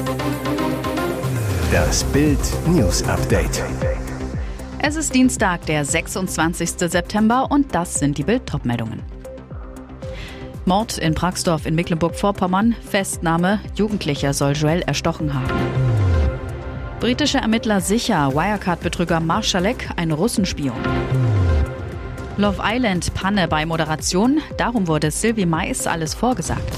Das Bild News Update. Es ist Dienstag, der 26. September und das sind die Bild-Top-Meldungen. Mord in Pragsdorf in Mecklenburg-Vorpommern, Festnahme, Jugendlicher soll Joel erstochen haben. Britische Ermittler sicher, Wirecard-Betrüger Marschalek, ein Russenspion. Love Island, Panne bei Moderation, darum wurde Sylvie Mais alles vorgesagt.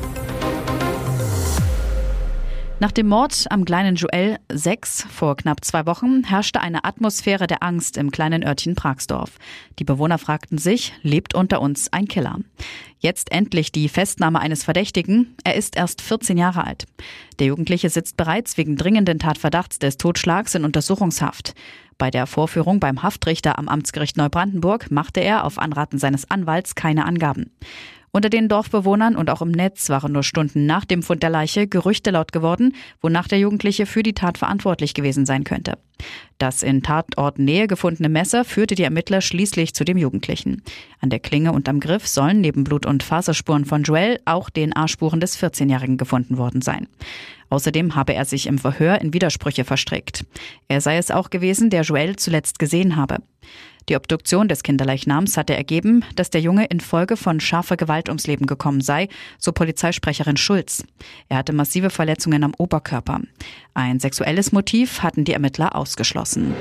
Nach dem Mord am kleinen Joel 6 vor knapp 2 Wochen herrschte eine Atmosphäre der Angst im kleinen Örtchen Pragsdorf. Die Bewohner fragten sich, lebt unter uns ein Killer? Jetzt endlich die Festnahme eines Verdächtigen. Er ist erst 14 Jahre alt. Der Jugendliche sitzt bereits wegen dringenden Tatverdachts des Totschlags in Untersuchungshaft. Bei der Vorführung beim Haftrichter am Amtsgericht Neubrandenburg machte er auf Anraten seines Anwalts keine Angaben. Unter den Dorfbewohnern und auch im Netz waren nur Stunden nach dem Fund der Leiche Gerüchte laut geworden, wonach der Jugendliche für die Tat verantwortlich gewesen sein könnte. Das in Tatortnähe gefundene Messer führte die Ermittler schließlich zu dem Jugendlichen. An der Klinge und am Griff sollen neben Blut- und Faserspuren von Joel auch DNA-Spuren des 14-Jährigen gefunden worden sein. Außerdem habe er sich im Verhör in Widersprüche verstrickt. Er sei es auch gewesen, der Joel zuletzt gesehen habe. Die Obduktion des Kinderleichnams hatte ergeben, dass der Junge infolge von scharfer Gewalt ums Leben gekommen sei, so Polizeisprecherin Schulz. Er hatte massive Verletzungen am Oberkörper. Ein sexuelles Motiv hatten die Ermittler ausgeschlossen.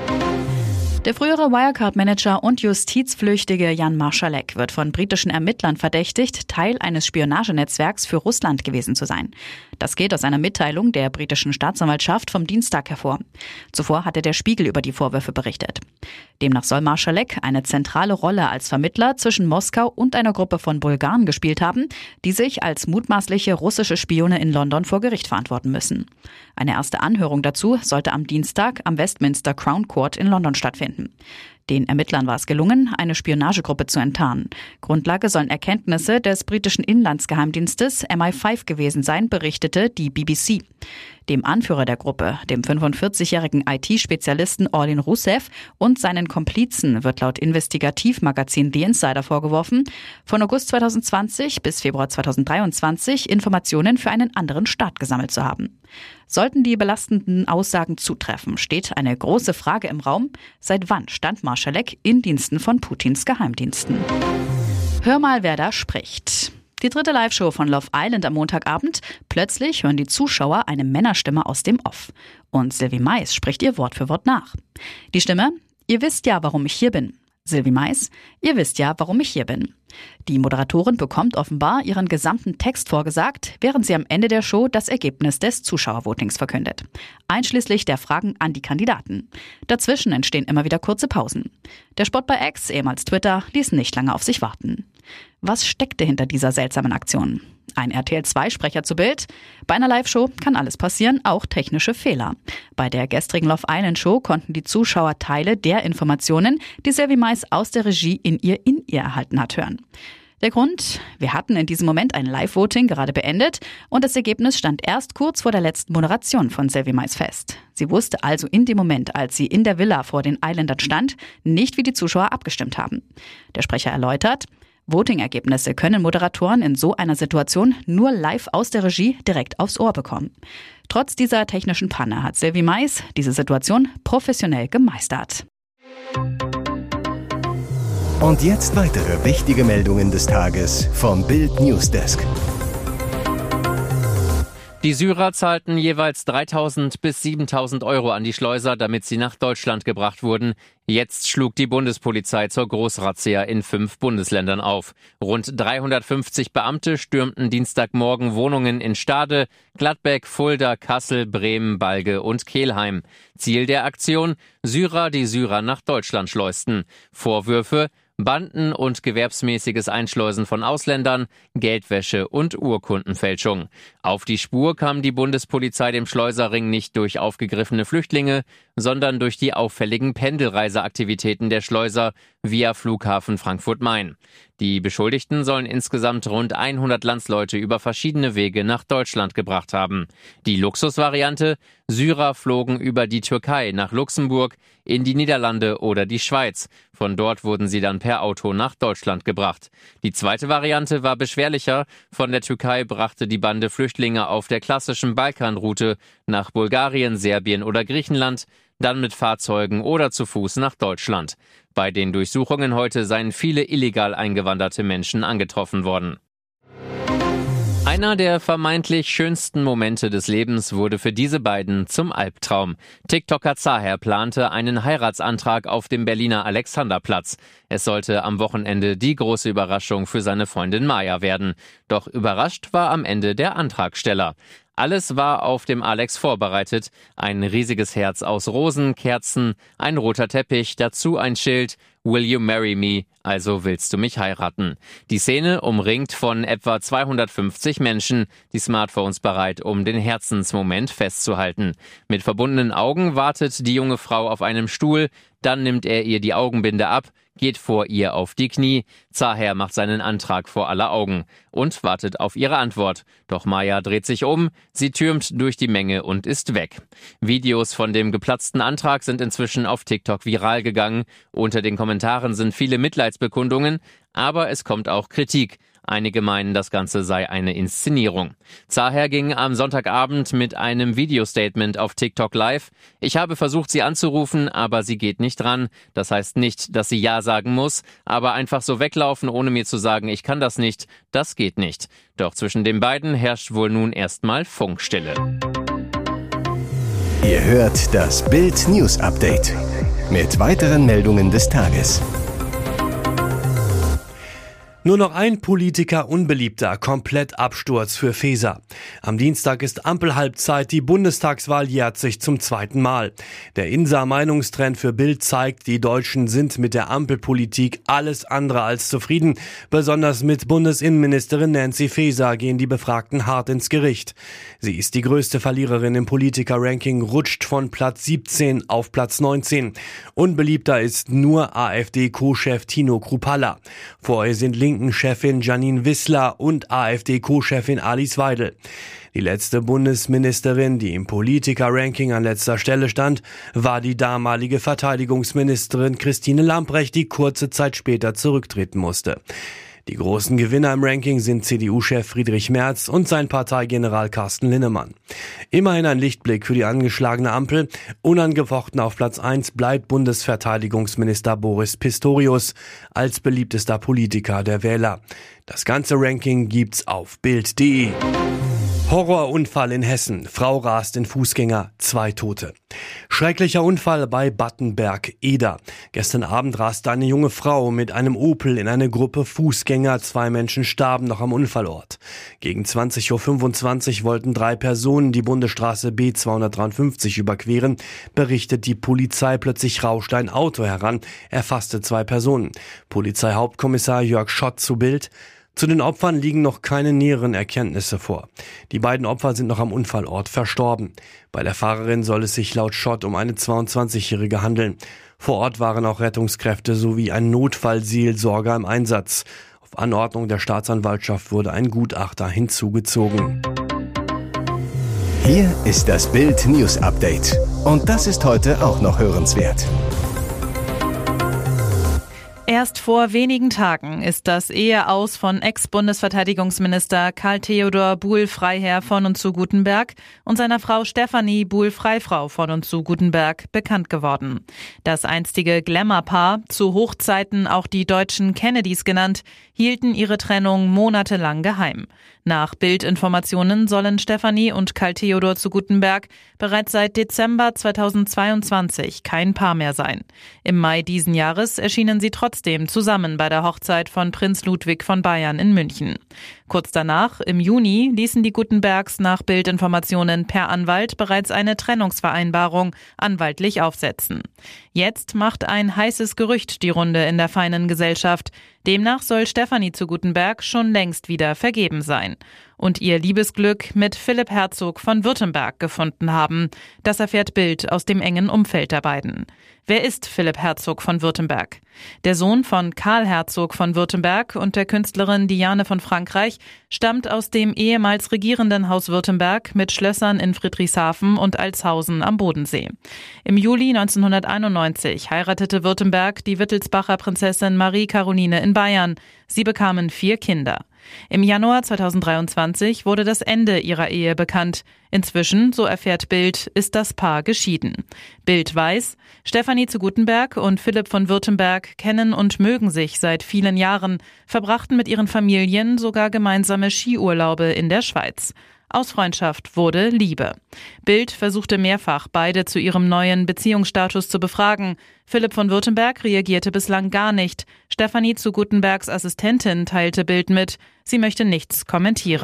Der frühere Wirecard-Manager und Justizflüchtige Jan Marschalek wird von britischen Ermittlern verdächtigt, Teil eines Spionagenetzwerks für Russland gewesen zu sein. Das geht aus einer Mitteilung der britischen Staatsanwaltschaft vom Dienstag hervor. Zuvor hatte der Spiegel über die Vorwürfe berichtet. Demnach soll Marschalek eine zentrale Rolle als Vermittler zwischen Moskau und einer Gruppe von Bulgaren gespielt haben, die sich als mutmaßliche russische Spione in London vor Gericht verantworten müssen. Eine erste Anhörung dazu sollte am Dienstag am Westminster Crown Court in London stattfinden. Den Ermittlern war es gelungen, eine Spionagegruppe zu enttarnen. Grundlage sollen Erkenntnisse des britischen Inlandsgeheimdienstes MI5 gewesen sein, berichtete die BBC. Dem Anführer der Gruppe, dem 45-jährigen IT-Spezialisten Orlin Rusev und seinen Komplizen wird laut Investigativmagazin The Insider vorgeworfen, von August 2020 bis Februar 2023 Informationen für einen anderen Staat gesammelt zu haben. Sollten die belastenden Aussagen zutreffen, steht eine große Frage im Raum: Seit wann stand Marschalek in Diensten von Putins Geheimdiensten? Hör mal, wer da spricht. Die dritte Live-Show von Love Island am Montagabend. Plötzlich hören die Zuschauer eine Männerstimme aus dem Off. Und Sylvie Mais spricht ihr Wort für Wort nach. Die Stimme: Ihr wisst ja, warum ich hier bin. Sylvie Mais: Ihr wisst ja, warum ich hier bin. Die Moderatorin bekommt offenbar ihren gesamten Text vorgesagt, während sie am Ende der Show das Ergebnis des Zuschauervotings verkündet. Einschließlich der Fragen an die Kandidaten. Dazwischen entstehen immer wieder kurze Pausen. Der Spot bei X, ehemals Twitter, ließ nicht lange auf sich warten. Was steckte hinter dieser seltsamen Aktion? Ein RTL2-Sprecher zu Bild: Bei einer Live-Show kann alles passieren, auch technische Fehler. Bei der gestrigen Love Island Show konnten die Zuschauer Teile der Informationen, die Sylvie Mais aus der Regie in ihr erhalten hat, hören. Der Grund: Wir hatten in diesem Moment ein Live-Voting gerade beendet und das Ergebnis stand erst kurz vor der letzten Moderation von Sylvie Mais fest. Sie wusste also in dem Moment, als sie in der Villa vor den Islandern stand, nicht, wie die Zuschauer abgestimmt haben. Der Sprecher erläutert: Voting-Ergebnisse können Moderatoren in so einer Situation nur live aus der Regie direkt aufs Ohr bekommen. Trotz dieser technischen Panne hat Sylvie Mais diese Situation professionell gemeistert. Und jetzt weitere wichtige Meldungen des Tages vom Bild Newsdesk. Die Syrer zahlten jeweils 3.000 bis 7.000 Euro an die Schleuser, damit sie nach Deutschland gebracht wurden. Jetzt schlug die Bundespolizei zur Großrazzia in 5 Bundesländern auf. Rund 350 Beamte stürmten Dienstagmorgen Wohnungen in Stade, Gladbeck, Fulda, Kassel, Bremen, Balge und Kelheim. Ziel der Aktion: Syrer, die Syrer nach Deutschland schleusten. Vorwürfe: Banden- und gewerbsmäßiges Einschleusen von Ausländern, Geldwäsche und Urkundenfälschung. Auf die Spur kam die Bundespolizei dem Schleuserring nicht durch aufgegriffene Flüchtlinge, sondern durch die auffälligen Pendelreiseaktivitäten der Schleuser, via Flughafen Frankfurt-Main. Die Beschuldigten sollen insgesamt rund 100 Landsleute über verschiedene Wege nach Deutschland gebracht haben. Die Luxusvariante: Syrer flogen über die Türkei nach Luxemburg, in die Niederlande oder die Schweiz. Von dort wurden sie dann per Auto nach Deutschland gebracht. Die zweite Variante war beschwerlicher. Von der Türkei brachte die Bande Flüchtlinge auf der klassischen Balkanroute nach Bulgarien, Serbien oder Griechenland, dann mit Fahrzeugen oder zu Fuß nach Deutschland. Bei den Durchsuchungen heute seien viele illegal eingewanderte Menschen angetroffen worden. Einer der vermeintlich schönsten Momente des Lebens wurde für diese beiden zum Albtraum. TikToker Zaher plante einen Heiratsantrag auf dem Berliner Alexanderplatz. Es sollte am Wochenende die große Überraschung für seine Freundin Maya werden. Doch überrascht war am Ende der Antragsteller. Alles war auf dem Alex vorbereitet. Ein riesiges Herz aus Rosen, Kerzen, ein roter Teppich, dazu ein Schild: Will you marry me? Also willst du mich heiraten? Die Szene umringt von etwa 250 Menschen, die Smartphones bereit, um den Herzensmoment festzuhalten. Mit verbundenen Augen wartet die junge Frau auf einem Stuhl, dann nimmt er ihr die Augenbinde ab, geht vor ihr auf die Knie. Zaher macht seinen Antrag vor aller Augen und wartet auf ihre Antwort. Doch Maya dreht sich um, sie türmt durch die Menge und ist weg. Videos von dem geplatzten Antrag sind inzwischen auf TikTok viral gegangen. Unter den Kommentaren sind viele Mitleidsbekundungen, aber es kommt auch Kritik. Einige meinen, das Ganze sei eine Inszenierung. Zaher ging am Sonntagabend mit einem Videostatement auf TikTok live. Ich habe versucht, sie anzurufen, aber sie geht nicht ran. Das heißt nicht, dass sie Ja sagen muss, aber einfach so weglaufen, ohne mir zu sagen, ich kann das nicht, das geht nicht. Doch zwischen den beiden herrscht wohl nun erstmal Funkstille. Ihr hört das Bild News Update mit weiteren Meldungen des Tages. Nur noch ein Politiker unbeliebter, komplett Absturz für Faeser. Am Dienstag ist Ampelhalbzeit, die Bundestagswahl jährt sich zum zweiten Mal. Der INSA-Meinungstrend für Bild zeigt, die Deutschen sind mit der Ampelpolitik alles andere als zufrieden. Besonders mit Bundesinnenministerin Nancy Faeser gehen die Befragten hart ins Gericht. Sie ist die größte Verliererin im Politiker-Ranking, rutscht von Platz 17 auf Platz 19. Unbeliebter ist nur AfD-Co-Chef Tino Kruppalla. Vor ihr sind Linken-Chefin Janine Wissler und AfD-Co-Chefin Alice Weidel. Die letzte Bundesministerin, die im Politiker-Ranking an letzter Stelle stand, war die damalige Verteidigungsministerin Christine Lambrecht, die kurze Zeit später zurücktreten musste. Die großen Gewinner im Ranking sind CDU-Chef Friedrich Merz und sein Parteigeneral Carsten Linnemann. Immerhin ein Lichtblick für die angeschlagene Ampel. Unangefochten auf Platz 1 bleibt Bundesverteidigungsminister Boris Pistorius als beliebtester Politiker der Wähler. Das ganze Ranking gibt's auf Bild.de. Horrorunfall in Hessen. Frau rast in Fußgänger, 2 Tote. Schrecklicher Unfall bei Battenberg-Eder. Gestern Abend raste eine junge Frau mit einem Opel in eine Gruppe Fußgänger. 2 Menschen starben noch am Unfallort. Gegen 20.25 Uhr wollten 3 Personen die Bundesstraße B253 überqueren. Berichtet die Polizei, plötzlich rauschte ein Auto heran, erfasste 2 Personen. Polizeihauptkommissar Jörg Schott zu Bild: Zu den Opfern liegen noch keine näheren Erkenntnisse vor. Die beiden Opfer sind noch am Unfallort verstorben. Bei der Fahrerin soll es sich laut Schott um eine 22-Jährige handeln. Vor Ort waren auch Rettungskräfte sowie ein Notfallseelsorger im Einsatz. Auf Anordnung der Staatsanwaltschaft wurde ein Gutachter hinzugezogen. Hier ist das Bild News Update. Und das ist heute auch noch hörenswert. Erst vor wenigen Tagen ist das Eheaus von Ex-Bundesverteidigungsminister Karl Theodor Buhl-Freiherr von und zu Guttenberg und seiner Frau Stefanie Buhl-Freifrau von und zu Guttenberg bekannt geworden. Das einstige Glamour-Paar, zu Hochzeiten auch die deutschen Kennedys genannt, hielten ihre Trennung monatelang geheim. Nach Bildinformationen sollen Stefanie und Karl Theodor zu Guttenberg bereits seit Dezember 2022 kein Paar mehr sein. Im Mai diesen Jahres erschienen sie trotzdem zusammen bei der Hochzeit von Prinz Ludwig von Bayern in München. Kurz danach, im Juni, ließen die Guttenbergs nach Bildinformationen per Anwalt bereits eine Trennungsvereinbarung anwaltlich aufsetzen. Jetzt macht ein heißes Gerücht die Runde in der feinen Gesellschaft. Demnach soll Stefanie zu Guttenberg schon längst wieder vergeben sein und ihr Liebesglück mit Philipp Herzog von Württemberg gefunden haben. Das erfährt Bild aus dem engen Umfeld der beiden. Wer ist Philipp Herzog von Württemberg? Der Sohn von Karl Herzog von Württemberg und der Künstlerin Diane von Frankreich stammt aus dem ehemals regierenden Haus Württemberg mit Schlössern in Friedrichshafen und Altshausen am Bodensee. Im Juli 1991 heiratete Württemberg die Wittelsbacher Prinzessin Marie Caroline in Bayern. Sie bekamen 4 Kinder. Im Januar 2023 wurde das Ende ihrer Ehe bekannt. Inzwischen, so erfährt Bild, ist das Paar geschieden. Bild weiß, Stefanie zu Guttenberg und Philipp von Württemberg kennen und mögen sich seit vielen Jahren, verbrachten mit ihren Familien sogar gemeinsame Skiurlaube in der Schweiz. Aus Freundschaft wurde Liebe. Bild versuchte mehrfach, beide zu ihrem neuen Beziehungsstatus zu befragen. Philipp von Württemberg reagierte bislang gar nicht. Stefanie zu Guttenbergs Assistentin teilte Bild mit, sie möchte nichts kommentieren.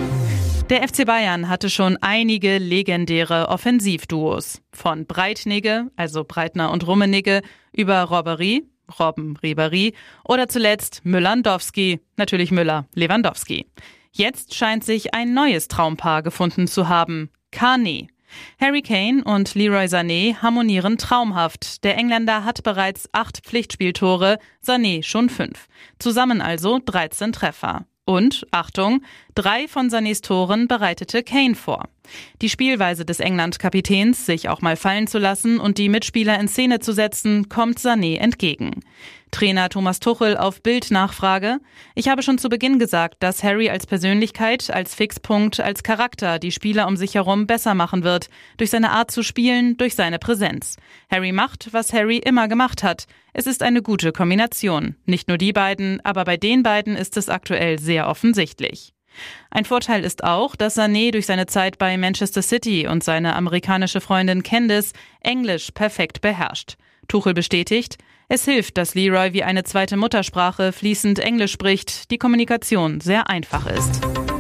Der FC Bayern hatte schon einige legendäre Offensivduos. Von Breitnigge, also Breitner und Rummenigge, über Robben, Ribéry oder zuletzt Müller-Lewandowski, natürlich Müller-Lewandowski. Jetzt scheint sich ein neues Traumpaar gefunden zu haben. Kane. Harry Kane und Leroy Sané harmonieren traumhaft. Der Engländer hat bereits 8 Pflichtspieltore, Sané schon 5. Zusammen also 13 Treffer. Und, Achtung, 3 von Sanés Toren bereitete Kane vor. Die Spielweise des England-Kapitäns, sich auch mal fallen zu lassen und die Mitspieler in Szene zu setzen, kommt Sané entgegen. Trainer Thomas Tuchel auf Bild-Nachfrage: Ich habe schon zu Beginn gesagt, dass Harry als Persönlichkeit, als Fixpunkt, als Charakter die Spieler um sich herum besser machen wird. Durch seine Art zu spielen, durch seine Präsenz. Harry macht, was Harry immer gemacht hat. Es ist eine gute Kombination. Nicht nur die beiden, aber bei den beiden ist es aktuell sehr offensichtlich. Ein Vorteil ist auch, dass Sané durch seine Zeit bei Manchester City und seine amerikanische Freundin Candice Englisch perfekt beherrscht. Tuchel bestätigt: Es hilft, dass Leroy wie eine zweite Muttersprache fließend Englisch spricht, die Kommunikation sehr einfach ist.